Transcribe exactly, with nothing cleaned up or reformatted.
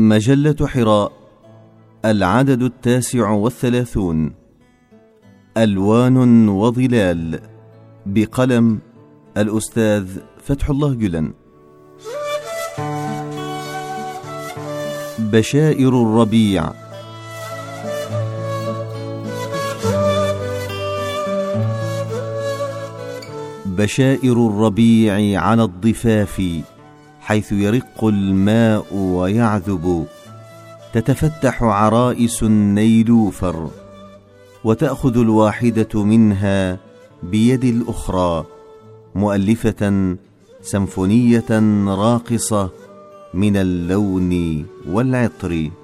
مجلة حراء، العدد التاسع والثلاثون. ألوان وظلال، بقلم الأستاذ فتح الله جلن. بشائر الربيع. بشائر الربيع على الضفاف، حيث يرق الماء ويعذب، تتفتح عرائس النيلوفر، وتأخذ الواحدة منها بيد الأخرى، مؤلفة سمفونية راقصة من اللون والعطر.